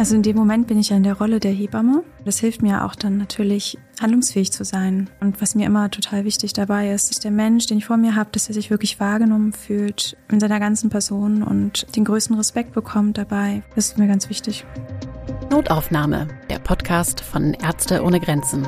Also in dem Moment bin ich ja in der Rolle der Hebamme. Das hilft mir auch dann natürlich, handlungsfähig zu sein. Und was mir immer total wichtig dabei ist, dass der Mensch, den ich vor mir habe, dass er sich wirklich wahrgenommen fühlt in seiner ganzen Person und den größten Respekt bekommt dabei. Das ist mir ganz wichtig. Notaufnahme, der Podcast von Ärzte ohne Grenzen.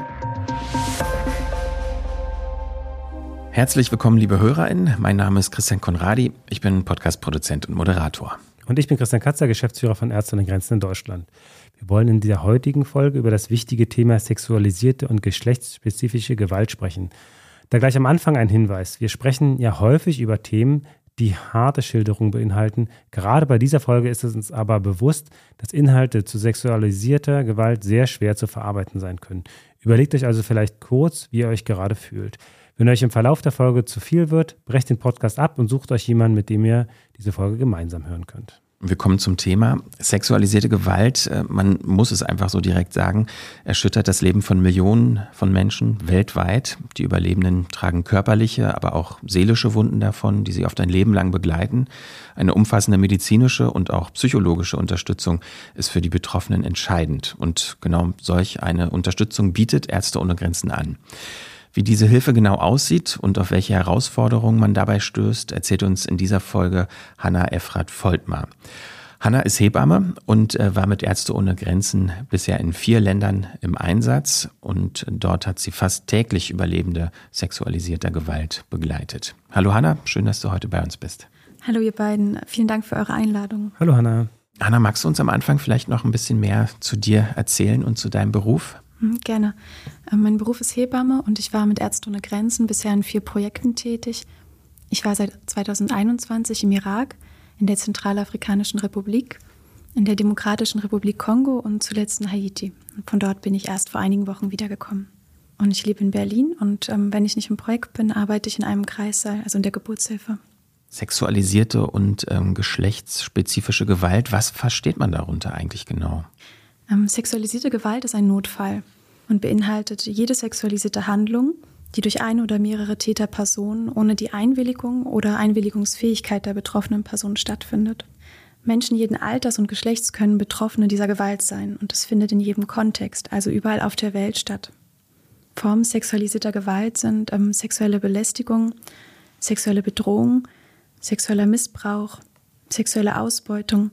Herzlich willkommen, liebe HörerInnen. Mein Name ist Christian Conradi. Ich bin Podcast-Produzent und Moderator. Und ich bin Christian Katzer, Geschäftsführer von Ärzte ohne Grenzen in Deutschland. Wir wollen in dieser heutigen Folge über das wichtige Thema sexualisierte und geschlechtsspezifische Gewalt sprechen. Da gleich am Anfang ein Hinweis. Wir sprechen ja häufig über Themen, die harte Schilderungen beinhalten. Gerade bei dieser Folge ist es uns aber bewusst, dass Inhalte zu sexualisierter Gewalt sehr schwer zu verarbeiten sein können. Überlegt euch also vielleicht kurz, wie ihr euch gerade fühlt. Wenn euch im Verlauf der Folge zu viel wird, brecht den Podcast ab und sucht euch jemanden, mit dem ihr diese Folge gemeinsam hören könnt. Wir kommen zum Thema sexualisierte Gewalt. Man muss es einfach so direkt sagen, erschüttert das Leben von Millionen von Menschen weltweit. Die Überlebenden tragen körperliche, aber auch seelische Wunden davon, die sie oft ein Leben lang begleiten. Eine umfassende medizinische und auch psychologische Unterstützung ist für die Betroffenen entscheidend. Und genau solch eine Unterstützung bietet Ärzte ohne Grenzen an. Wie diese Hilfe genau aussieht und auf welche Herausforderungen man dabei stößt, erzählt uns in dieser Folge Hanna Effrath-Voltmar. Hanna ist Hebamme und war mit Ärzte ohne Grenzen bisher in 4 Ländern im Einsatz und dort hat sie fast täglich Überlebende sexualisierter Gewalt begleitet. Hallo Hanna, schön, dass du heute bei uns bist. Hallo ihr beiden, vielen Dank für eure Einladung. Hallo Hanna. Hanna, magst du uns am Anfang vielleicht noch ein bisschen mehr zu dir erzählen und zu deinem Beruf? Gerne. Mein Beruf ist Hebamme und ich war mit Ärzte ohne Grenzen bisher in 4 Projekten tätig. Ich war seit 2021 im Irak, in der Zentralafrikanischen Republik, in der Demokratischen Republik Kongo und zuletzt in Haiti. Und von dort bin ich erst vor einigen Wochen wiedergekommen. Und ich lebe in Berlin und wenn ich nicht im Projekt bin, arbeite ich in einem Kreissaal, also in der Geburtshilfe. Sexualisierte und geschlechtsspezifische Gewalt, was versteht man darunter eigentlich genau? Sexualisierte Gewalt ist ein Notfall und beinhaltet jede sexualisierte Handlung, die durch eine oder mehrere Täterpersonen ohne die Einwilligung oder Einwilligungsfähigkeit der betroffenen Person stattfindet. Menschen jeden Alters und Geschlechts können Betroffene dieser Gewalt sein und es findet in jedem Kontext, also überall auf der Welt statt. Formen sexualisierter Gewalt sind sexuelle Belästigung, sexuelle Bedrohung, sexueller Missbrauch, sexuelle Ausbeutung,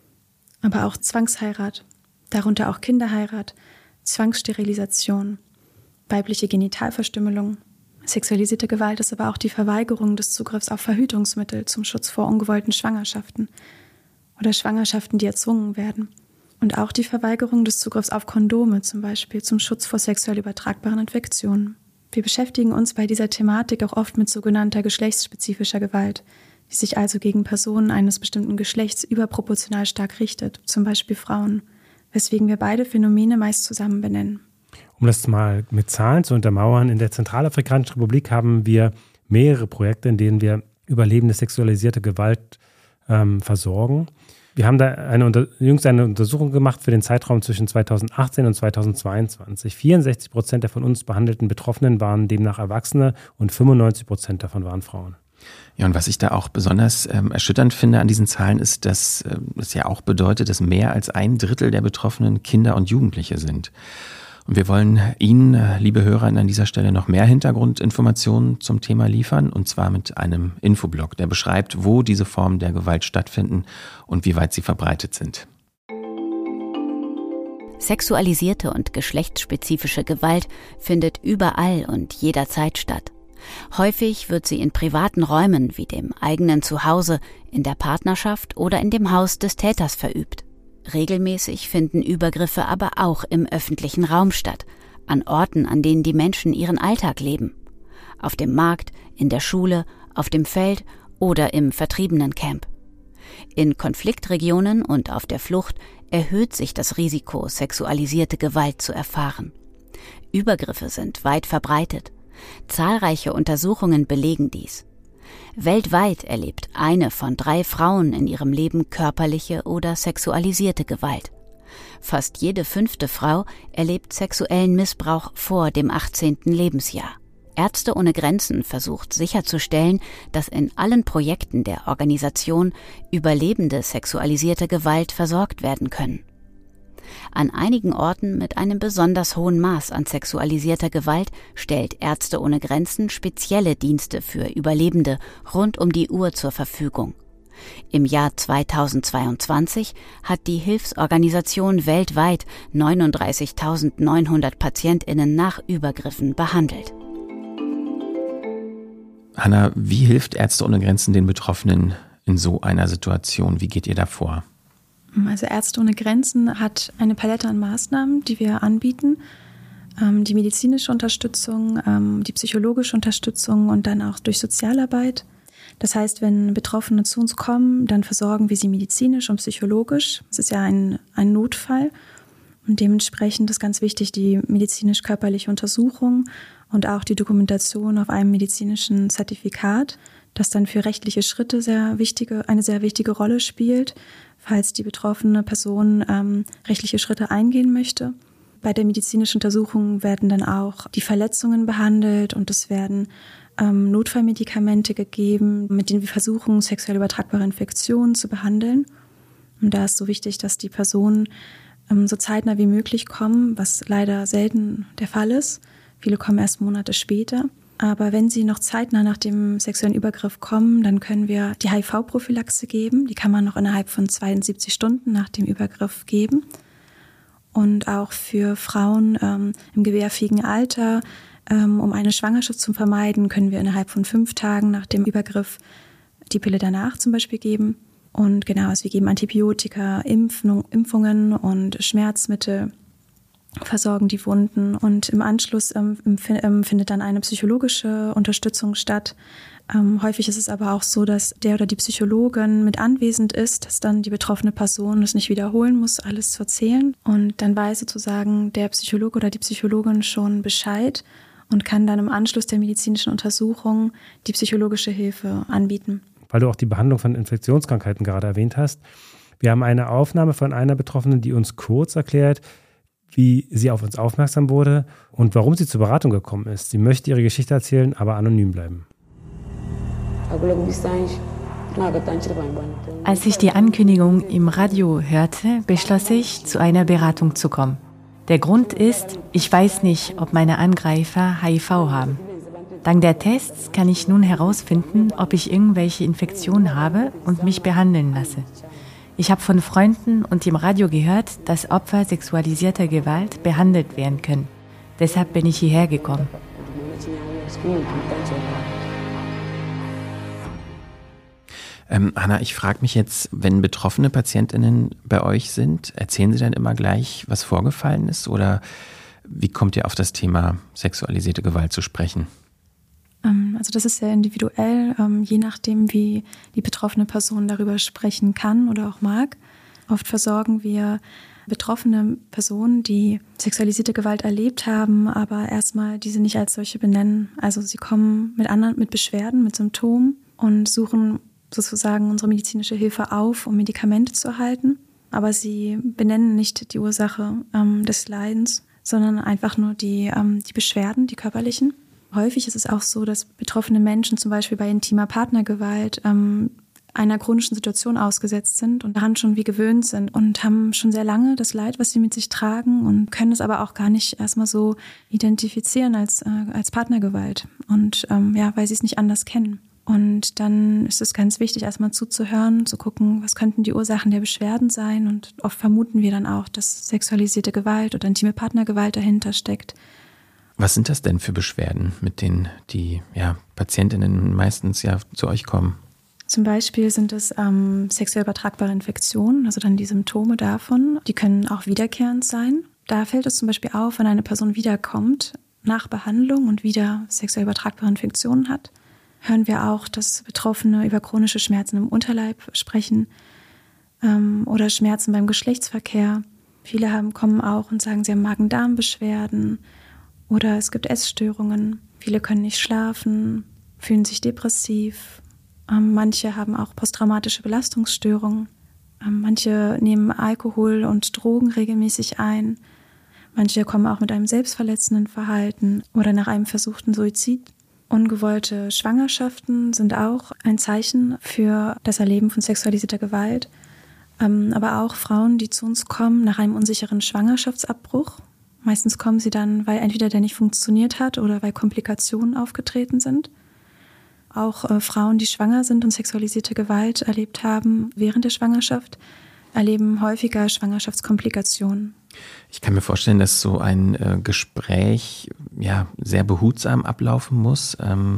aber auch Zwangsheirat. Darunter auch Kinderheirat, Zwangssterilisation, weibliche Genitalverstümmelung. Sexualisierte Gewalt ist aber auch die Verweigerung des Zugriffs auf Verhütungsmittel zum Schutz vor ungewollten Schwangerschaften oder Schwangerschaften, die erzwungen werden. Und auch die Verweigerung des Zugriffs auf Kondome, zum Beispiel zum Schutz vor sexuell übertragbaren Infektionen. Wir beschäftigen uns bei dieser Thematik auch oft mit sogenannter geschlechtsspezifischer Gewalt, die sich also gegen Personen eines bestimmten Geschlechts überproportional stark richtet, zum Beispiel Frauen, weswegen wir beide Phänomene meist zusammen benennen. Um das mal mit Zahlen zu untermauern, in der Zentralafrikanischen Republik haben wir mehrere Projekte, in denen wir Überlebende sexualisierte Gewalt versorgen. Wir haben da jüngst eine Untersuchung gemacht für den Zeitraum zwischen 2018 und 2022. 64% der von uns behandelten Betroffenen waren demnach Erwachsene und 95% davon waren Frauen. Ja, und was ich da auch besonders erschütternd finde an diesen Zahlen ist, dass es ja auch bedeutet, dass mehr als 1/3 der Betroffenen Kinder und Jugendliche sind. Und wir wollen Ihnen, liebe Hörer, an dieser Stelle noch mehr Hintergrundinformationen zum Thema liefern, und zwar mit einem Infoblog, der beschreibt, wo diese Formen der Gewalt stattfinden und wie weit sie verbreitet sind. Sexualisierte und geschlechtsspezifische Gewalt findet überall und jederzeit statt. Häufig wird sie in privaten Räumen wie dem eigenen Zuhause, in der Partnerschaft oder in dem Haus des Täters verübt. Regelmäßig finden Übergriffe aber auch im öffentlichen Raum statt, an Orten, an denen die Menschen ihren Alltag leben. Auf dem Markt, in der Schule, auf dem Feld oder im Vertriebenencamp. In Konfliktregionen und auf der Flucht erhöht sich das Risiko, sexualisierte Gewalt zu erfahren. Übergriffe sind weit verbreitet. Zahlreiche Untersuchungen belegen dies. Weltweit erlebt 1 von 3 Frauen in ihrem Leben körperliche oder sexualisierte Gewalt. Fast jede 5. Frau erlebt sexuellen Missbrauch vor dem 18. Lebensjahr. Ärzte ohne Grenzen versucht sicherzustellen, dass in allen Projekten der Organisation Überlebende sexualisierter Gewalt versorgt werden können. An einigen Orten mit einem besonders hohen Maß an sexualisierter Gewalt stellt Ärzte ohne Grenzen spezielle Dienste für Überlebende rund um die Uhr zur Verfügung. Im Jahr 2022 hat die Hilfsorganisation weltweit 39.900 PatientInnen nach Übergriffen behandelt. Hanna, wie hilft Ärzte ohne Grenzen den Betroffenen in so einer Situation? Wie geht ihr da vor? Also Ärzte ohne Grenzen hat eine Palette an Maßnahmen, die wir anbieten. Die medizinische Unterstützung, die psychologische Unterstützung und dann auch durch Sozialarbeit. Das heißt, wenn Betroffene zu uns kommen, dann versorgen wir sie medizinisch und psychologisch. Es ist ja ein Notfall und dementsprechend ist ganz wichtig die medizinisch-körperliche Untersuchung und auch die Dokumentation auf einem medizinischen Zertifikat, das dann für rechtliche Schritte eine sehr wichtige Rolle spielt, falls die betroffene Person rechtliche Schritte eingehen möchte. Bei der medizinischen Untersuchung werden dann auch die Verletzungen behandelt und es werden Notfallmedikamente gegeben, mit denen wir versuchen, sexuell übertragbare Infektionen zu behandeln. Und da ist so wichtig, dass die Personen so zeitnah wie möglich kommen, was leider selten der Fall ist. Viele kommen erst Monate später. Aber wenn sie noch zeitnah nach dem sexuellen Übergriff kommen, dann können wir die HIV-Prophylaxe geben. Die kann man noch innerhalb von 72 Stunden nach dem Übergriff geben. Und auch für Frauen im gebärfähigen Alter, um eine Schwangerschaft zu vermeiden, können wir innerhalb von 5 Tagen nach dem Übergriff die Pille danach zum Beispiel geben. Und genau, also wir geben Antibiotika, Impfungen und Schmerzmittel, versorgen die Wunden. Und im Anschluss findet dann eine psychologische Unterstützung statt. Häufig ist es aber auch so, dass der oder die Psychologin mit anwesend ist, dass dann die betroffene Person es nicht wiederholen muss, alles zu erzählen. Und dann weiß sozusagen der Psychologe oder die Psychologin schon Bescheid und kann dann im Anschluss der medizinischen Untersuchung die psychologische Hilfe anbieten. Weil du auch die Behandlung von Infektionskrankheiten gerade erwähnt hast. Wir haben eine Aufnahme von einer Betroffenen, die uns kurz erklärt, wie sie auf uns aufmerksam wurde und warum sie zur Beratung gekommen ist. Sie möchte ihre Geschichte erzählen, aber anonym bleiben. Als ich die Ankündigung im Radio hörte, beschloss ich, zu einer Beratung zu kommen. Der Grund ist, ich weiß nicht, ob meine Angreifer HIV haben. Dank der Tests kann ich nun herausfinden, ob ich irgendwelche Infektionen habe und mich behandeln lasse. Ich habe von Freunden und im Radio gehört, dass Opfer sexualisierter Gewalt behandelt werden können. Deshalb bin ich hierher gekommen. Hanna, ich frage mich jetzt, wenn betroffene PatientInnen bei euch sind, erzählen sie dann immer gleich, was vorgefallen ist? Oder wie kommt ihr auf das Thema sexualisierte Gewalt zu sprechen? Also das ist sehr individuell, je nachdem, wie die betroffene Person darüber sprechen kann oder auch mag. Oft versorgen wir betroffene Personen, die sexualisierte Gewalt erlebt haben, aber erstmal diese nicht als solche benennen. Also sie kommen mit Beschwerden, mit Symptomen und suchen sozusagen unsere medizinische Hilfe auf, um Medikamente zu erhalten. Aber sie benennen nicht die Ursache des Leidens, sondern einfach nur die Beschwerden, die körperlichen. Häufig ist es auch so, dass betroffene Menschen zum Beispiel bei intimer Partnergewalt einer chronischen Situation ausgesetzt sind und daran schon wie gewöhnt sind und haben schon sehr lange das Leid, was sie mit sich tragen und können es aber auch gar nicht erstmal so identifizieren als Partnergewalt und weil sie es nicht anders kennen. Und dann ist es ganz wichtig, erstmal zuzuhören, zu gucken, was könnten die Ursachen der Beschwerden sein. Und oft vermuten wir dann auch, dass sexualisierte Gewalt oder intime Partnergewalt dahinter steckt. Was sind das denn für Beschwerden, mit denen die PatientInnen meistens zu euch kommen? Zum Beispiel sind es sexuell übertragbare Infektionen, also dann die Symptome davon. Die können auch wiederkehrend sein. Da fällt es zum Beispiel auf, wenn eine Person wiederkommt nach Behandlung und wieder sexuell übertragbare Infektionen hat. Hören wir auch, dass Betroffene über chronische Schmerzen im Unterleib sprechen oder Schmerzen beim Geschlechtsverkehr. Viele kommen auch und sagen, sie haben Magen-Darm-Beschwerden oder es gibt Essstörungen. Viele können nicht schlafen, fühlen sich depressiv. Manche haben auch posttraumatische Belastungsstörungen. Manche nehmen Alkohol und Drogen regelmäßig ein. Manche kommen auch mit einem selbstverletzenden Verhalten oder nach einem versuchten Suizid. Ungewollte Schwangerschaften sind auch ein Zeichen für das Erleben von sexualisierter Gewalt. Aber auch Frauen, die zu uns kommen nach einem unsicheren Schwangerschaftsabbruch. Meistens kommen sie dann, weil entweder der nicht funktioniert hat oder weil Komplikationen aufgetreten sind. Auch Frauen, die schwanger sind und sexualisierte Gewalt erlebt haben während der Schwangerschaft, erleben häufiger Schwangerschaftskomplikationen. Ich kann mir vorstellen, dass so ein Gespräch sehr behutsam ablaufen muss.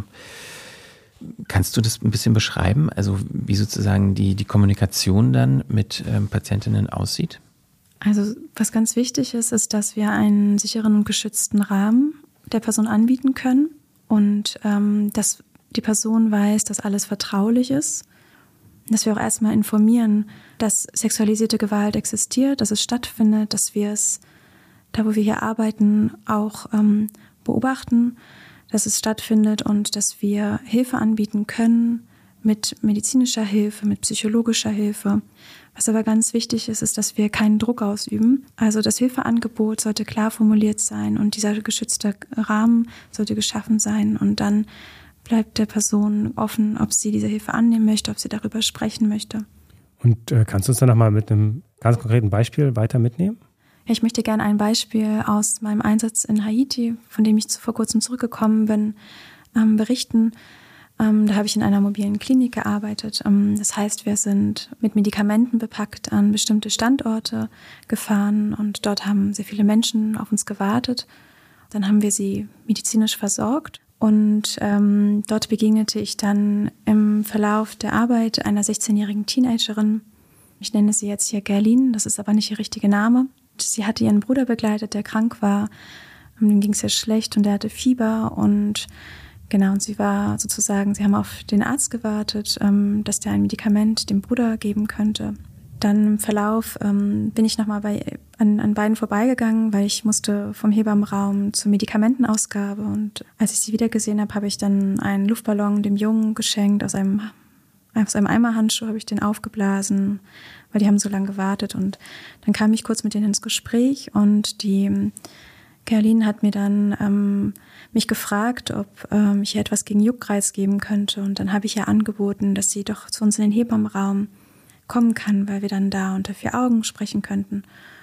Kannst du das ein bisschen beschreiben? Also wie sozusagen die Kommunikation dann mit Patientinnen aussieht? Also was ganz wichtig ist, ist, dass wir einen sicheren und geschützten Rahmen der Person anbieten können und dass die Person weiß, dass alles vertraulich ist. Dass wir auch erstmal informieren, dass sexualisierte Gewalt existiert, dass es stattfindet, dass wir es, da wo wir hier arbeiten, auch beobachten, dass es stattfindet und dass wir Hilfe anbieten können mit medizinischer Hilfe, mit psychologischer Hilfe. Was aber ganz wichtig ist, ist, dass wir keinen Druck ausüben. Also das Hilfeangebot sollte klar formuliert sein und dieser geschützte Rahmen sollte geschaffen sein. Und dann bleibt der Person offen, ob sie diese Hilfe annehmen möchte, ob sie darüber sprechen möchte. Und kannst du uns dann nochmal mit einem ganz konkreten Beispiel weiter mitnehmen? Ja, ich möchte gerne ein Beispiel aus meinem Einsatz in Haiti, von dem ich vor kurzem zurückgekommen bin, berichten. Da habe ich in einer mobilen Klinik gearbeitet. Das heißt, wir sind mit Medikamenten bepackt an bestimmte Standorte gefahren und dort haben sehr viele Menschen auf uns gewartet. Dann haben wir sie medizinisch versorgt und dort begegnete ich dann im Verlauf der Arbeit einer 16-jährigen Teenagerin. Ich nenne sie jetzt hier Gerlin, das ist aber nicht ihr richtiger Name. Sie hatte ihren Bruder begleitet, der krank war. Dem ging es sehr schlecht und der hatte Fieber und genau, und sie war sozusagen, sie haben auf den Arzt gewartet, dass der ein Medikament dem Bruder geben könnte. Dann im Verlauf bin ich nochmal an beiden vorbeigegangen, weil ich musste vom Hebammenraum zur Medikamentenausgabe. Und als ich sie wieder gesehen habe, habe ich dann einen Luftballon dem Jungen geschenkt. Aus einem Eimerhandschuh habe ich den aufgeblasen, weil die haben so lange gewartet. Und dann kam ich kurz mit denen ins Gespräch und die Gerlin hat mir dann mich gefragt, ob ich ihr etwas gegen Juckreiz geben könnte. Und dann habe ich ihr angeboten, dass sie doch zu uns in den Hebammenraum kommen kann, weil wir dann da unter 4 Augen sprechen könnten.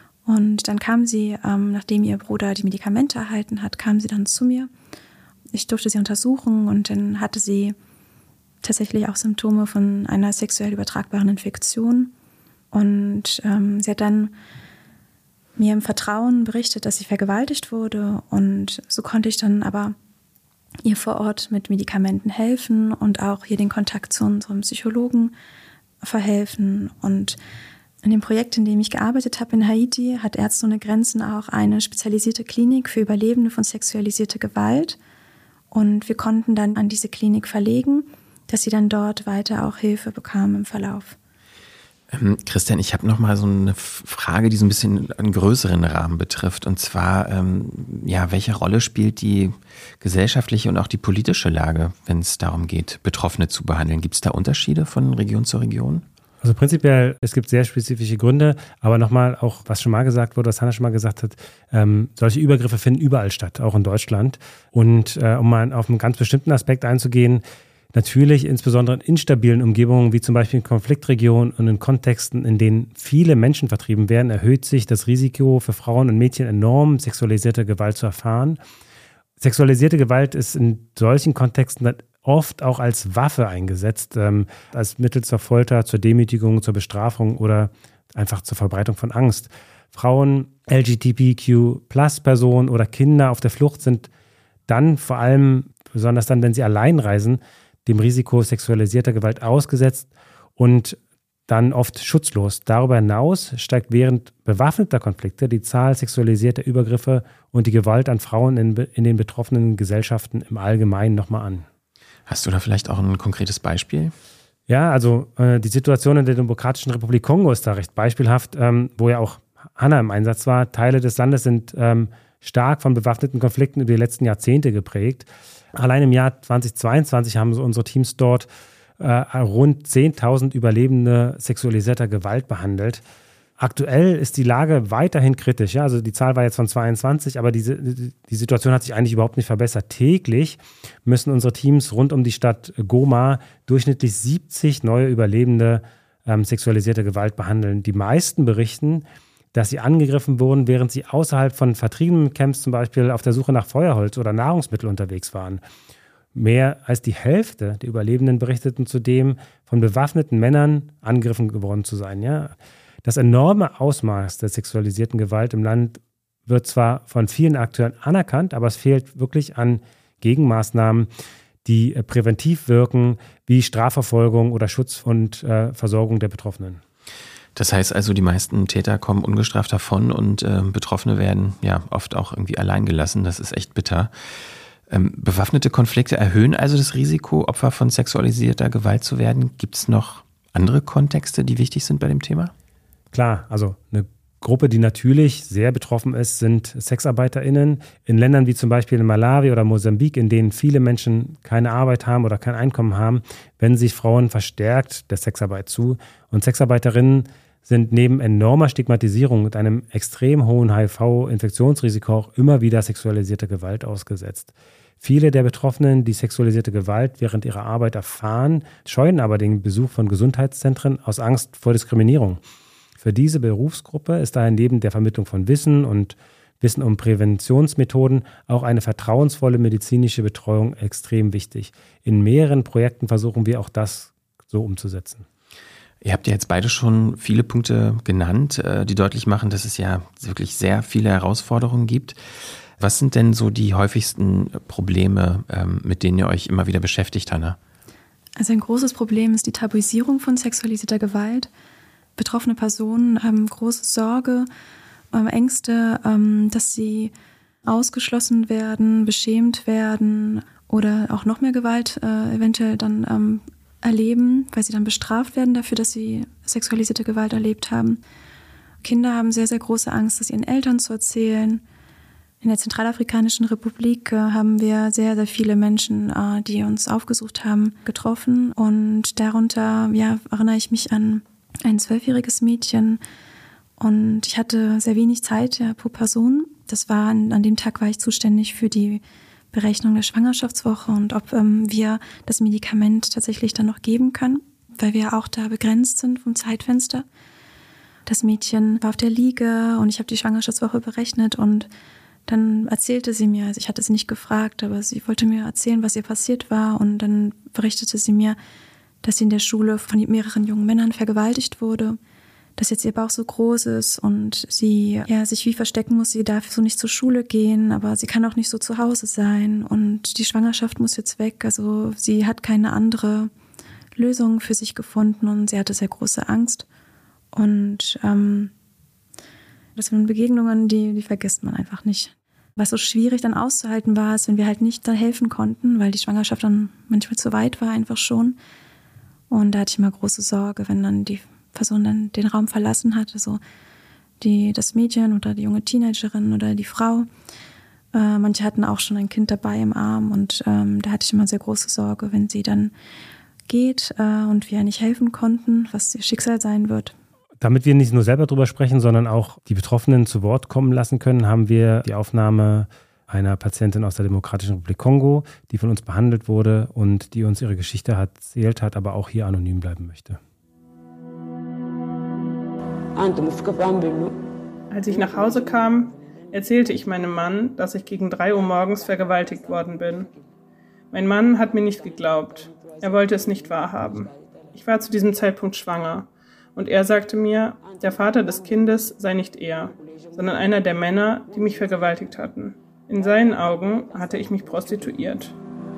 Und dann kam sie, nachdem ihr Bruder die Medikamente erhalten hat, kam sie dann zu mir. Ich durfte sie untersuchen und dann hatte sie tatsächlich auch Symptome von einer sexuell übertragbaren Infektion. Und sie hat dann mir im Vertrauen berichtet, dass sie vergewaltigt wurde. Und so konnte ich dann aber ihr vor Ort mit Medikamenten helfen und auch hier den Kontakt zu unserem Psychologen verhelfen. Und in dem Projekt, in dem ich gearbeitet habe in Haiti, hat Ärzte ohne Grenzen auch eine spezialisierte Klinik für Überlebende von sexualisierter Gewalt. Und wir konnten dann an diese Klinik verlegen, dass sie dann dort weiter auch Hilfe bekam im Verlauf. Christian, ich habe noch mal so eine Frage, die so ein bisschen einen größeren Rahmen betrifft. Und zwar, welche Rolle spielt die gesellschaftliche und auch die politische Lage, wenn es darum geht, Betroffene zu behandeln? Gibt es da Unterschiede von Region zu Region? Also prinzipiell, es gibt sehr spezifische Gründe, aber nochmal auch, was schon mal gesagt wurde, was Hanna schon mal gesagt hat, solche Übergriffe finden überall statt, auch in Deutschland. Und um mal auf einen ganz bestimmten Aspekt einzugehen, natürlich insbesondere in instabilen Umgebungen, wie zum Beispiel in Konfliktregionen und in Kontexten, in denen viele Menschen vertrieben werden, erhöht sich das Risiko für Frauen und Mädchen enorm, sexualisierte Gewalt zu erfahren. Sexualisierte Gewalt ist in solchen Kontexten oft auch als Waffe eingesetzt, als Mittel zur Folter, zur Demütigung, zur Bestrafung oder einfach zur Verbreitung von Angst. Frauen, LGBTQ+-Personen oder Kinder auf der Flucht sind dann vor allem, besonders dann, wenn sie allein reisen, dem Risiko sexualisierter Gewalt ausgesetzt und dann oft schutzlos. Darüber hinaus steigt während bewaffneter Konflikte die Zahl sexualisierter Übergriffe und die Gewalt an Frauen in den betroffenen Gesellschaften im Allgemeinen nochmal an. Hast du da vielleicht auch ein konkretes Beispiel? Ja, also die Situation in der Demokratischen Republik Kongo ist da recht beispielhaft, wo ja auch Hanna im Einsatz war. Teile des Landes sind stark von bewaffneten Konflikten über die letzten Jahrzehnte geprägt. Allein im Jahr 2022 haben unsere Teams dort rund 10.000 Überlebende sexualisierter Gewalt behandelt. Aktuell ist die Lage weiterhin kritisch. Ja? Also die Zahl war jetzt von 22, aber die Situation hat sich eigentlich überhaupt nicht verbessert. Täglich müssen unsere Teams rund um die Stadt Goma durchschnittlich 70 neue Überlebende sexualisierte Gewalt behandeln. Die meisten berichten, dass sie angegriffen wurden, während sie außerhalb von vertriebenen Camps zum Beispiel auf der Suche nach Feuerholz oder Nahrungsmittel unterwegs waren. Mehr als die Hälfte der Überlebenden berichteten zudem, von bewaffneten Männern angegriffen geworden zu sein. Ja? Das enorme Ausmaß der sexualisierten Gewalt im Land wird zwar von vielen Akteuren anerkannt, aber es fehlt wirklich an Gegenmaßnahmen, die präventiv wirken, wie Strafverfolgung oder Schutz und Versorgung der Betroffenen. Das heißt also, die meisten Täter kommen ungestraft davon und Betroffene werden ja oft auch irgendwie allein gelassen. Das ist echt bitter. Bewaffnete Konflikte erhöhen also das Risiko, Opfer von sexualisierter Gewalt zu werden. Gibt es noch andere Kontexte, die wichtig sind bei dem Thema? Klar, also eine Gruppe, die natürlich sehr betroffen ist, sind SexarbeiterInnen. In Ländern wie zum Beispiel in Malawi oder Mosambik, in denen viele Menschen keine Arbeit haben oder kein Einkommen haben, wenden sich Frauen verstärkt der Sexarbeit zu. Und Sexarbeiterinnen sind neben enormer Stigmatisierung und einem extrem hohen HIV-Infektionsrisiko auch immer wieder sexualisierter Gewalt ausgesetzt. Viele der Betroffenen, die sexualisierte Gewalt während ihrer Arbeit erfahren, scheuen aber den Besuch von Gesundheitszentren aus Angst vor Diskriminierung. Für diese Berufsgruppe ist daher neben der Vermittlung von Wissen und Wissen um Präventionsmethoden auch eine vertrauensvolle medizinische Betreuung extrem wichtig. In mehreren Projekten versuchen wir auch das so umzusetzen. Ihr habt ja jetzt beide schon viele Punkte genannt, die deutlich machen, dass es ja wirklich sehr viele Herausforderungen gibt. Was sind denn so die häufigsten Probleme, mit denen ihr euch immer wieder beschäftigt, Hanna? Also ein großes Problem ist die Tabuisierung von sexualisierter Gewalt. Betroffene Personen haben große Sorge, Ängste, dass sie ausgeschlossen werden, beschämt werden oder auch noch mehr Gewalt eventuell dann erleben, weil sie dann bestraft werden dafür, dass sie sexualisierte Gewalt erlebt haben. Kinder haben sehr, sehr große Angst, das ihren Eltern zu erzählen. In der Zentralafrikanischen Republik haben wir sehr, sehr viele Menschen, die uns aufgesucht haben, getroffen. Und darunter erinnere ich mich an ein 12-jähriges Mädchen. Und ich hatte sehr wenig Zeit pro Person. An dem Tag war ich zuständig für die Berechnung der Schwangerschaftswoche und ob wir das Medikament tatsächlich dann noch geben können, weil wir auch da begrenzt sind vom Zeitfenster. Das Mädchen war auf der Liege und ich habe die Schwangerschaftswoche berechnet und dann erzählte sie mir, also ich hatte sie nicht gefragt, aber sie wollte mir erzählen, was ihr passiert war und dann berichtete sie mir, dass sie in der Schule von mehreren jungen Männern vergewaltigt wurde, dass jetzt ihr Bauch so groß ist und sie sich wie verstecken muss, sie darf so nicht zur Schule gehen, aber sie kann auch nicht so zu Hause sein und die Schwangerschaft muss jetzt weg, also sie hat keine andere Lösung für sich gefunden und sie hatte sehr große Angst und das sind Begegnungen, die vergisst man einfach nicht. Was so schwierig dann auszuhalten war, ist, wenn wir halt nicht da helfen konnten, weil die Schwangerschaft dann manchmal zu weit war einfach schon. Und da hatte ich immer große Sorge, wenn dann die Person dann den Raum verlassen hat, also das Mädchen oder die junge Teenagerin oder die Frau. Manche hatten auch schon ein Kind dabei im Arm und da hatte ich immer sehr große Sorge, wenn sie dann geht und wir nicht helfen konnten, was ihr Schicksal sein wird. Damit wir nicht nur selber drüber sprechen, sondern auch die Betroffenen zu Wort kommen lassen können, haben wir die Aufnahme einer Patientin aus der Demokratischen Republik Kongo, die von uns behandelt wurde und die uns ihre Geschichte erzählt hat, aber auch hier anonym bleiben möchte. Als ich nach Hause kam, erzählte ich meinem Mann, dass ich gegen 3 Uhr morgens vergewaltigt worden bin. Mein Mann hat mir nicht geglaubt. Er wollte es nicht wahrhaben. Ich war zu diesem Zeitpunkt schwanger. Und er sagte mir, der Vater des Kindes sei nicht er, sondern einer der Männer, die mich vergewaltigt hatten. In seinen Augen hatte ich mich prostituiert.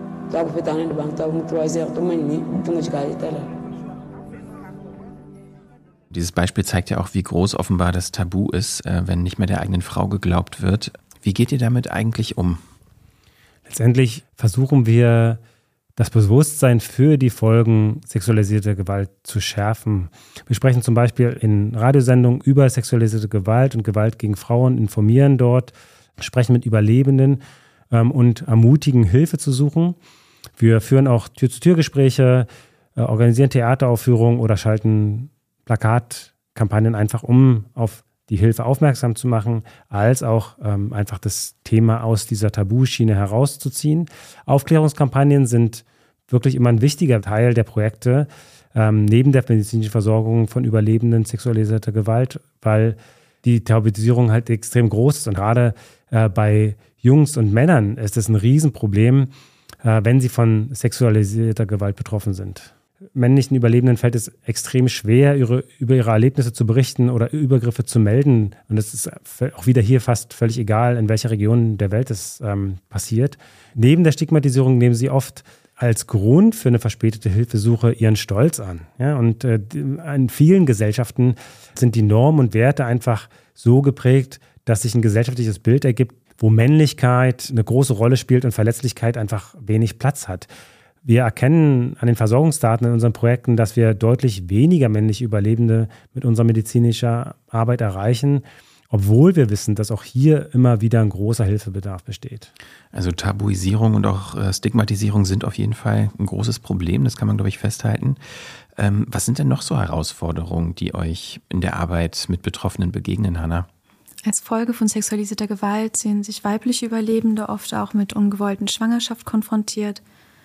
Dieses Beispiel zeigt ja auch, wie groß offenbar das Tabu ist, wenn nicht mehr der eigenen Frau geglaubt wird. Wie geht ihr damit eigentlich um? Letztendlich versuchen wir, das Bewusstsein für die Folgen sexualisierter Gewalt zu schärfen. Wir sprechen zum Beispiel in Radiosendungen über sexualisierte Gewalt und Gewalt gegen Frauen, informieren dort, sprechen mit Überlebenden und ermutigen, Hilfe zu suchen. Wir führen auch Tür-zu-Tür-Gespräche, organisieren Theateraufführungen oder schalten Plakatkampagnen einfach, um auf die Hilfe aufmerksam zu machen, als auch einfach das Thema aus dieser Tabuschiene herauszuziehen. Aufklärungskampagnen sind wirklich immer ein wichtiger Teil der Projekte. neben der medizinischen Versorgung von Überlebenden sexualisierter Gewalt, weil die Tabuisierung halt extrem groß ist. Und gerade bei Jungs und Männern ist es ein Riesenproblem, wenn sie von sexualisierter Gewalt betroffen sind. Männlichen Überlebenden fällt es extrem schwer, über ihre Erlebnisse zu berichten oder Übergriffe zu melden. Und es ist auch wieder hier fast völlig egal, in welcher Region der Welt es passiert. Neben der Stigmatisierung nehmen sie oft als Grund für eine verspätete Hilfesuche ihren Stolz an. Ja, und in vielen Gesellschaften sind die Normen und Werte einfach so geprägt, dass sich ein gesellschaftliches Bild ergibt, wo Männlichkeit eine große Rolle spielt und Verletzlichkeit einfach wenig Platz hat. Wir erkennen an den Versorgungsdaten in unseren Projekten, dass wir deutlich weniger männliche Überlebende mit unserer medizinischen Arbeit erreichen, obwohl wir wissen, dass auch hier immer wieder ein großer Hilfebedarf besteht. Also Tabuisierung und auch Stigmatisierung sind auf jeden Fall ein großes Problem, das kann man, glaube ich, festhalten. Was sind denn noch so Herausforderungen, die euch in der Arbeit mit Betroffenen begegnen, Hanna? Als Folge von sexualisierter Gewalt sehen sich weibliche Überlebende oft auch mit ungewollten Schwangerschaft konfrontiert.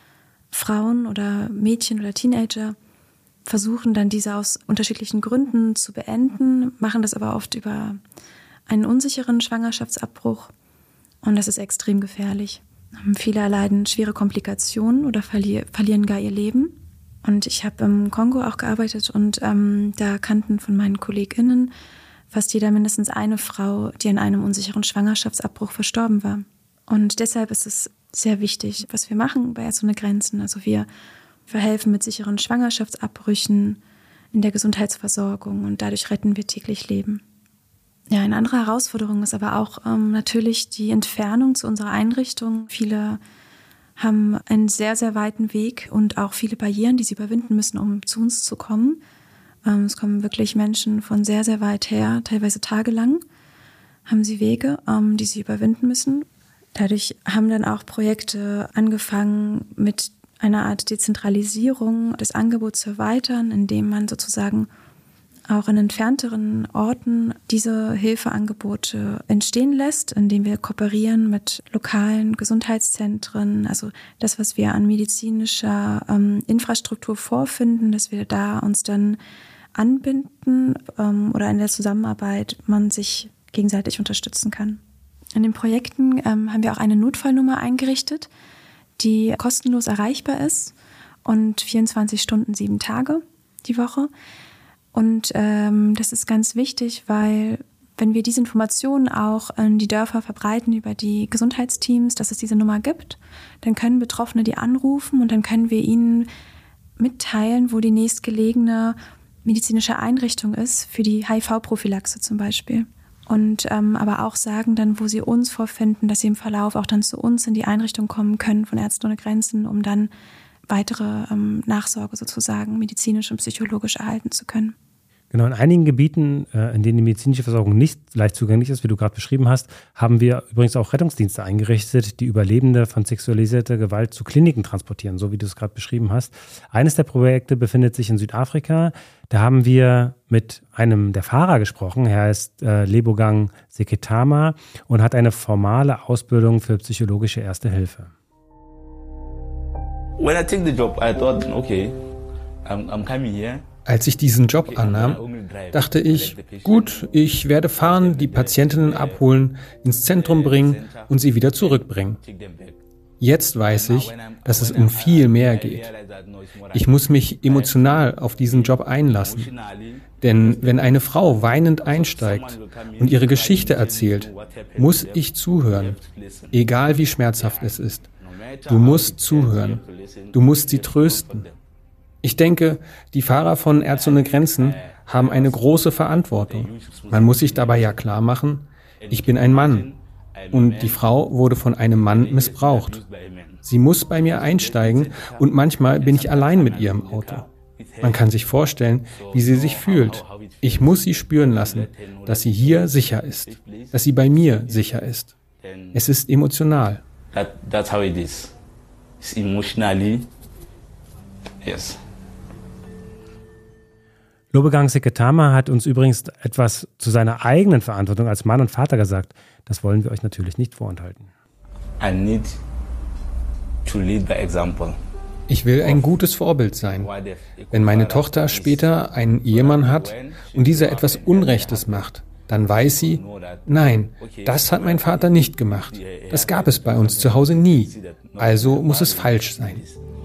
Frauen oder Mädchen oder Teenager versuchen dann diese aus unterschiedlichen Gründen zu beenden, machen das aber oft über einen unsicheren Schwangerschaftsabbruch und das ist extrem gefährlich. Viele erleiden schwere Komplikationen oder verlieren gar ihr Leben. Und ich habe im Kongo auch gearbeitet und da kannten von meinen KollegInnen fast jeder mindestens eine Frau, die an einem unsicheren Schwangerschaftsabbruch verstorben war. Und deshalb ist es sehr wichtig, was wir machen bei Ärzte ohne Grenzen. Also wir helfen mit sicheren Schwangerschaftsabbrüchen in der Gesundheitsversorgung und dadurch retten wir täglich Leben. Ja, eine andere Herausforderung ist aber auch natürlich die Entfernung zu unserer Einrichtung. Viele haben einen sehr, sehr weiten Weg und auch viele Barrieren, die sie überwinden müssen, um zu uns zu kommen. Es kommen wirklich Menschen von sehr, sehr weit her, teilweise tagelang, haben sie Wege, die sie überwinden müssen. Dadurch haben dann auch Projekte angefangen, mit einer Art Dezentralisierung des Angebots zu erweitern, indem man sozusagen auch in entfernteren Orten diese Hilfeangebote entstehen lässt, indem wir kooperieren mit lokalen Gesundheitszentren, also das, was wir an medizinischer Infrastruktur vorfinden, dass wir da uns dann anbinden oder in der Zusammenarbeit man sich gegenseitig unterstützen kann. In den Projekten haben wir auch eine Notfallnummer eingerichtet, die kostenlos erreichbar ist und 24 Stunden, 7 Tage die Woche. Und das ist ganz wichtig, weil wenn wir diese Informationen auch in die Dörfer verbreiten über die Gesundheitsteams, dass es diese Nummer gibt, dann können Betroffene die anrufen und dann können wir ihnen mitteilen, wo die nächstgelegene medizinische Einrichtung ist, für die HIV-Prophylaxe zum Beispiel. Und aber auch sagen dann, wo sie uns vorfinden, dass sie im Verlauf auch dann zu uns in die Einrichtung kommen können von Ärzte ohne Grenzen, um dann weitere Nachsorge sozusagen medizinisch und psychologisch erhalten zu können. Genau, in einigen Gebieten, in denen die medizinische Versorgung nicht leicht zugänglich ist, wie du gerade beschrieben hast, haben wir übrigens auch Rettungsdienste eingerichtet, die Überlebende von sexualisierter Gewalt zu Kliniken transportieren, so wie du es gerade beschrieben hast. Eines der Projekte befindet sich in Südafrika. Da haben wir mit einem der Fahrer gesprochen. Er heißt Lebogang Seketama und hat eine formale Ausbildung für psychologische Erste Hilfe. When I take the job, I thought, okay, I'm coming here. Als ich diesen Job annahm, dachte ich, gut, ich werde fahren, die Patientinnen abholen, ins Zentrum bringen und sie wieder zurückbringen. Jetzt weiß ich, dass es um viel mehr geht. Ich muss mich emotional auf diesen Job einlassen. Denn wenn eine Frau weinend einsteigt und ihre Geschichte erzählt, muss ich zuhören, egal wie schmerzhaft es ist. Du musst zuhören. Du musst sie trösten. Ich denke, die Fahrer von Ärzte ohne Grenzen haben eine große Verantwortung. Man muss sich dabei ja klar machen, ich bin ein Mann und die Frau wurde von einem Mann missbraucht. Sie muss bei mir einsteigen und manchmal bin ich allein mit ihr im Auto. Man kann sich vorstellen, wie sie sich fühlt. Ich muss sie spüren lassen, dass sie hier sicher ist, dass sie bei mir sicher ist. Es ist emotional. That's how it is. It's emotionally, yes. Lebogang Seketama hat uns übrigens etwas zu seiner eigenen Verantwortung als Mann und Vater gesagt. Das wollen wir euch natürlich nicht vorenthalten. I need to lead by example. Ich will ein gutes Vorbild sein. Wenn meine Tochter später einen Ehemann hat und dieser etwas Unrechtes macht, dann weiß sie, nein, das hat mein Vater nicht gemacht. Das gab es bei uns zu Hause nie. Also muss es falsch sein.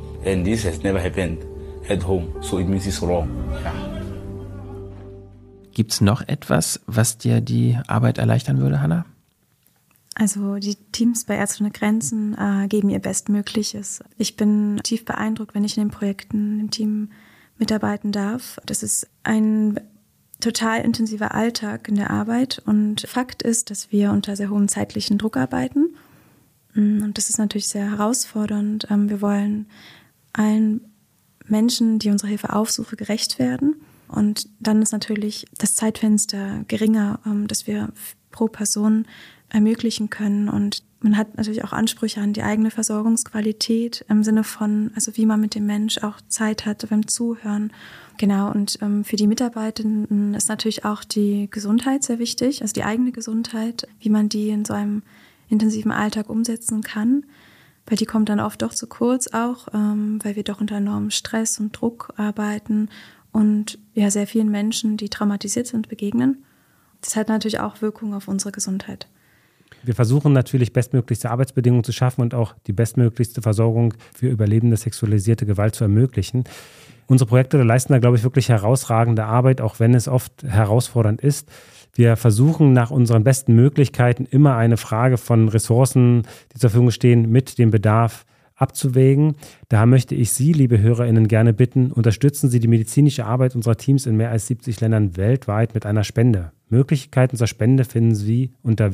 Gibt es noch etwas, was dir die Arbeit erleichtern würde, Hanna? Also die Teams bei Ärzte ohne Grenzen geben ihr Bestmögliches. Ich bin tief beeindruckt, wenn ich in den Projekten im Team mitarbeiten darf. Das ist ein total intensiver Alltag in der Arbeit und Fakt ist, dass wir unter sehr hohem zeitlichen Druck arbeiten und das ist natürlich sehr herausfordernd. Wir wollen allen Menschen, die unsere Hilfe aufsuchen, gerecht werden und dann ist natürlich das Zeitfenster geringer, dass wir pro Person ermöglichen können und man hat natürlich auch Ansprüche an die eigene Versorgungsqualität im Sinne von, also wie man mit dem Mensch auch Zeit hat beim Zuhören. Genau, und für die Mitarbeitenden ist natürlich auch die Gesundheit sehr wichtig, also die eigene Gesundheit, wie man die in so einem intensiven Alltag umsetzen kann, weil die kommt dann oft doch zu kurz auch, weil wir doch unter enormem Stress und Druck arbeiten und ja sehr vielen Menschen, die traumatisiert sind, begegnen. Das hat natürlich auch Wirkung auf unsere Gesundheit. Wir versuchen natürlich bestmöglichste Arbeitsbedingungen zu schaffen und auch die bestmöglichste Versorgung für Überlebende sexualisierte Gewalt zu ermöglichen. Unsere Projekte leisten da, glaube ich, wirklich herausragende Arbeit, auch wenn es oft herausfordernd ist. Wir versuchen nach unseren besten Möglichkeiten immer eine Frage von Ressourcen, die zur Verfügung stehen, mit dem Bedarf abzuwägen. Da möchte ich Sie, liebe HörerInnen, gerne bitten, unterstützen Sie die medizinische Arbeit unserer Teams in mehr als 70 Ländern weltweit mit einer Spende. Möglichkeiten zur Spende finden Sie unter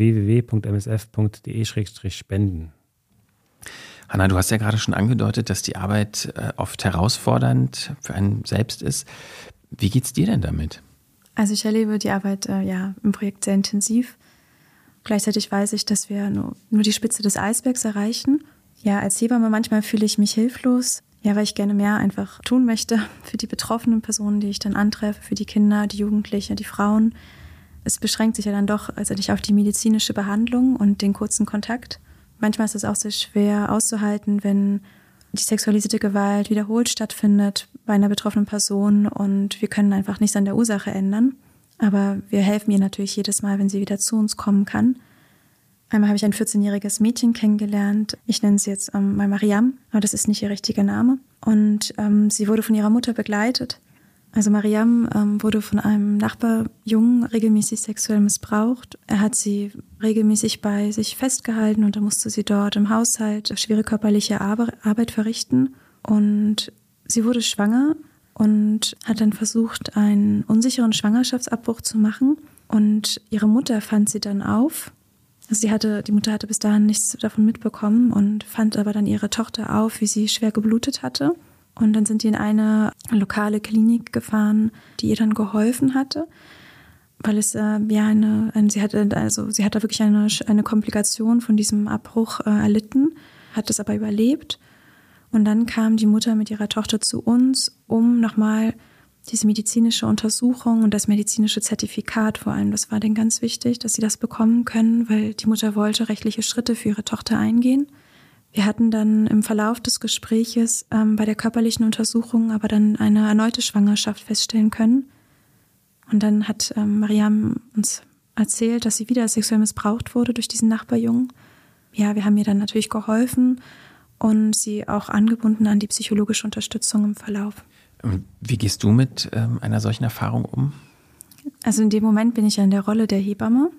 www.msf.de/spenden. Hanna, du hast ja gerade schon angedeutet, dass die Arbeit oft herausfordernd für einen selbst ist. Wie geht's dir denn damit? Also ich erlebe die Arbeit im Projekt sehr intensiv. Gleichzeitig weiß ich, dass wir nur die Spitze des Eisbergs erreichen. Ja, als Hebamme manchmal fühle ich mich hilflos, ja, weil ich gerne mehr einfach tun möchte für die betroffenen Personen, die ich dann antreffe, für die Kinder, die Jugendlichen, die Frauen. Es beschränkt sich ja dann doch also nicht auf die medizinische Behandlung und den kurzen Kontakt. Manchmal ist es auch sehr schwer auszuhalten, wenn die sexualisierte Gewalt wiederholt stattfindet bei einer betroffenen Person und wir können einfach nichts an der Ursache ändern. Aber wir helfen ihr natürlich jedes Mal, wenn sie wieder zu uns kommen kann. Einmal habe ich ein 14-jähriges Mädchen kennengelernt. Ich nenne sie jetzt mal Mariam, aber das ist nicht ihr richtiger Name. Und sie wurde von ihrer Mutter begleitet. Also Mariam wurde von einem Nachbarjungen regelmäßig sexuell missbraucht. Er hat sie regelmäßig bei sich festgehalten und dann musste sie dort im Haushalt schwere körperliche Arbeit verrichten. Und sie wurde schwanger und hat dann versucht, einen unsicheren Schwangerschaftsabbruch zu machen. Und ihre Mutter fand sie dann auf. Also die Mutter hatte bis dahin nichts davon mitbekommen und fand aber dann ihre Tochter auf, wie sie schwer geblutet hatte. Und dann sind die in eine lokale Klinik gefahren, die ihr dann geholfen hatte, weil es sie hat da wirklich eine Komplikation von diesem Abbruch erlitten, hat es aber überlebt. Und dann kam die Mutter mit ihrer Tochter zu uns, um nochmal diese medizinische Untersuchung und das medizinische Zertifikat vor allem, das war denen ganz wichtig, dass sie das bekommen können, weil die Mutter wollte rechtliche Schritte für ihre Tochter eingehen. Wir hatten dann im Verlauf des Gespräches bei der körperlichen Untersuchung aber dann eine erneute Schwangerschaft feststellen können. Und dann hat Mariam uns erzählt, dass sie wieder sexuell missbraucht wurde durch diesen Nachbarjungen. Ja, wir haben ihr dann natürlich geholfen und sie auch angebunden an die psychologische Unterstützung im Verlauf. Wie gehst du mit einer solchen Erfahrung um? Also in dem Moment bin ich ja in der Rolle der Hebamme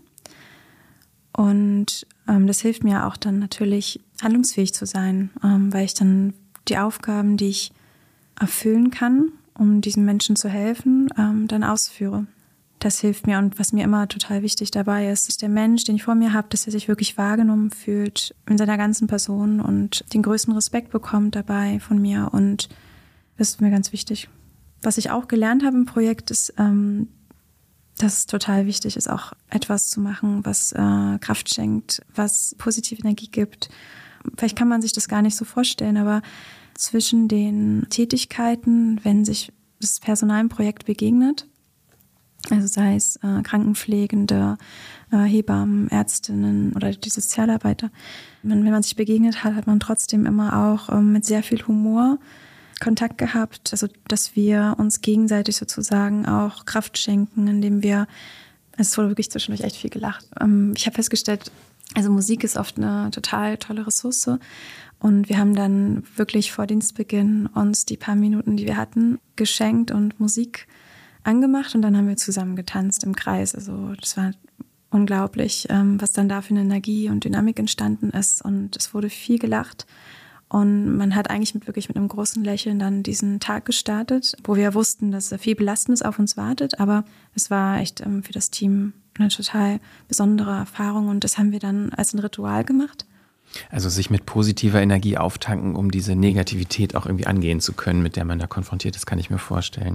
und das hilft mir auch dann natürlich handlungsfähig zu sein, weil ich dann die Aufgaben, die ich erfüllen kann, um diesen Menschen zu helfen, dann ausführe. Das hilft mir und was mir immer total wichtig dabei ist, dass der Mensch, den ich vor mir habe, dass er sich wirklich wahrgenommen fühlt in seiner ganzen Person und den größten Respekt bekommt dabei von mir und das ist mir ganz wichtig. Was ich auch gelernt habe im Projekt ist, dass es total wichtig ist, auch etwas zu machen, was Kraft schenkt, was positive Energie gibt. Vielleicht kann man sich das gar nicht so vorstellen, aber zwischen den Tätigkeiten, wenn sich das Personal im Projekt begegnet, Also sei es Krankenpflegende, Hebammen, Ärztinnen oder die Sozialarbeiter. Wenn man sich begegnet hat, hat man trotzdem immer auch mit sehr viel Humor Kontakt gehabt. Also dass wir uns gegenseitig sozusagen auch Kraft schenken, indem wir, es wurde wirklich zwischendurch echt viel gelacht. Ich habe festgestellt, also Musik ist oft eine total tolle Ressource. Und wir haben dann wirklich vor Dienstbeginn uns die paar Minuten, die wir hatten, geschenkt und Musik angemacht. Und dann haben wir zusammen getanzt im Kreis. Also das war unglaublich, was dann da für eine Energie und Dynamik entstanden ist. Und es wurde viel gelacht. Und man hat eigentlich wirklich mit einem großen Lächeln dann diesen Tag gestartet, wo wir wussten, dass viel Belastendes auf uns wartet. Aber es war echt für das Team eine total besondere Erfahrung. Und das haben wir dann als ein Ritual gemacht. Also sich mit positiver Energie auftanken, um diese Negativität auch irgendwie angehen zu können, mit der man da konfrontiert ist, kann ich mir vorstellen.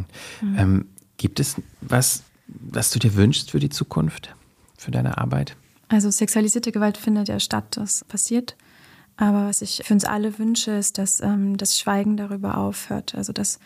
Gibt es was du dir wünschst für die Zukunft, für deine Arbeit? Also sexualisierte Gewalt findet ja statt, das passiert. Aber was ich für uns alle wünsche, ist, dass das Schweigen darüber aufhört. Also dass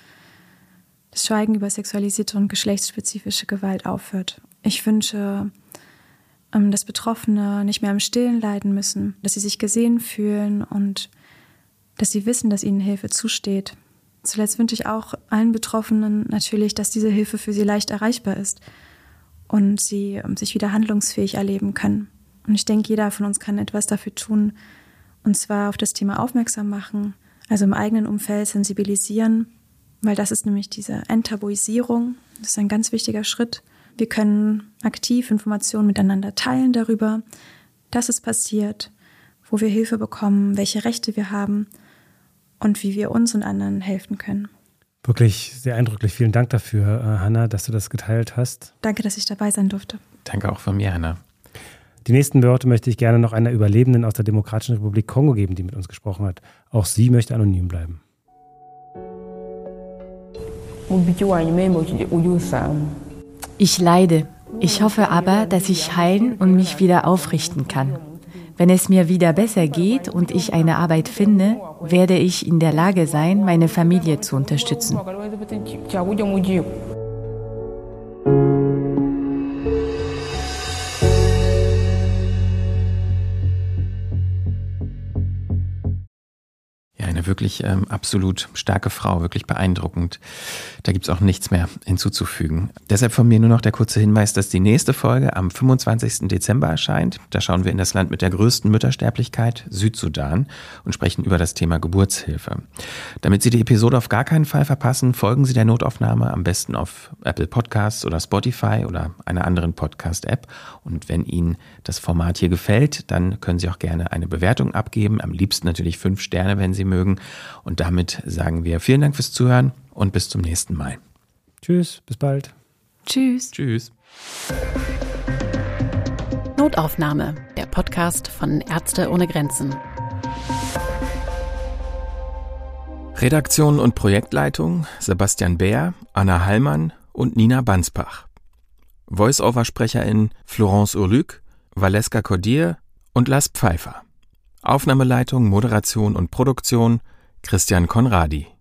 das Schweigen über sexualisierte und geschlechtsspezifische Gewalt aufhört. Ich wünsche, dass Betroffene nicht mehr im Stillen leiden müssen, dass sie sich gesehen fühlen und dass sie wissen, dass ihnen Hilfe zusteht. Zuletzt wünsche ich auch allen Betroffenen natürlich, dass diese Hilfe für sie leicht erreichbar ist und sie sich wieder handlungsfähig erleben können. Und ich denke, jeder von uns kann etwas dafür tun, und zwar auf das Thema aufmerksam machen, also im eigenen Umfeld sensibilisieren, weil das ist nämlich diese Enttabuisierung, das ist ein ganz wichtiger Schritt. Wir können aktiv Informationen miteinander teilen darüber, dass es passiert, wo wir Hilfe bekommen, welche Rechte wir haben und wie wir uns und anderen helfen können. Wirklich sehr eindrücklich. Vielen Dank dafür, Hanna, dass du das geteilt hast. Danke, dass ich dabei sein durfte. Danke auch von mir, Hanna. Die nächsten Worte möchte ich gerne noch einer Überlebenden aus der Demokratischen Republik Kongo geben, die mit uns gesprochen hat. Auch sie möchte anonym bleiben. Ich leide. Ich hoffe aber, dass ich heilen und mich wieder aufrichten kann. Wenn es mir wieder besser geht und ich eine Arbeit finde, werde ich in der Lage sein, meine Familie zu unterstützen. Eine wirklich absolut starke Frau, wirklich beeindruckend. Da gibt es auch nichts mehr hinzuzufügen. Deshalb von mir nur noch der kurze Hinweis, dass die nächste Folge am 25. Dezember erscheint. Da schauen wir in das Land mit der größten Müttersterblichkeit, Südsudan, und sprechen über das Thema Geburtshilfe. Damit Sie die Episode auf gar keinen Fall verpassen, folgen Sie der Notaufnahme am besten auf Apple Podcasts oder Spotify oder einer anderen Podcast-App. Und wenn Ihnen das Format hier gefällt, dann können Sie auch gerne eine Bewertung abgeben. Am liebsten natürlich 5 Sterne, wenn Sie mögen. Und damit sagen wir vielen Dank fürs Zuhören und bis zum nächsten Mal. Tschüss, bis bald. Tschüss. Tschüss. Notaufnahme, der Podcast von Ärzte ohne Grenzen. Redaktion und Projektleitung Sebastian Bär, Anna Hallmann und Nina Banspach. Voice-Over-SprecherInnen Florence Urlück, Valeska Cordier und Lars Pfeiffer. Aufnahmeleitung, Moderation und Produktion Christian Konradi.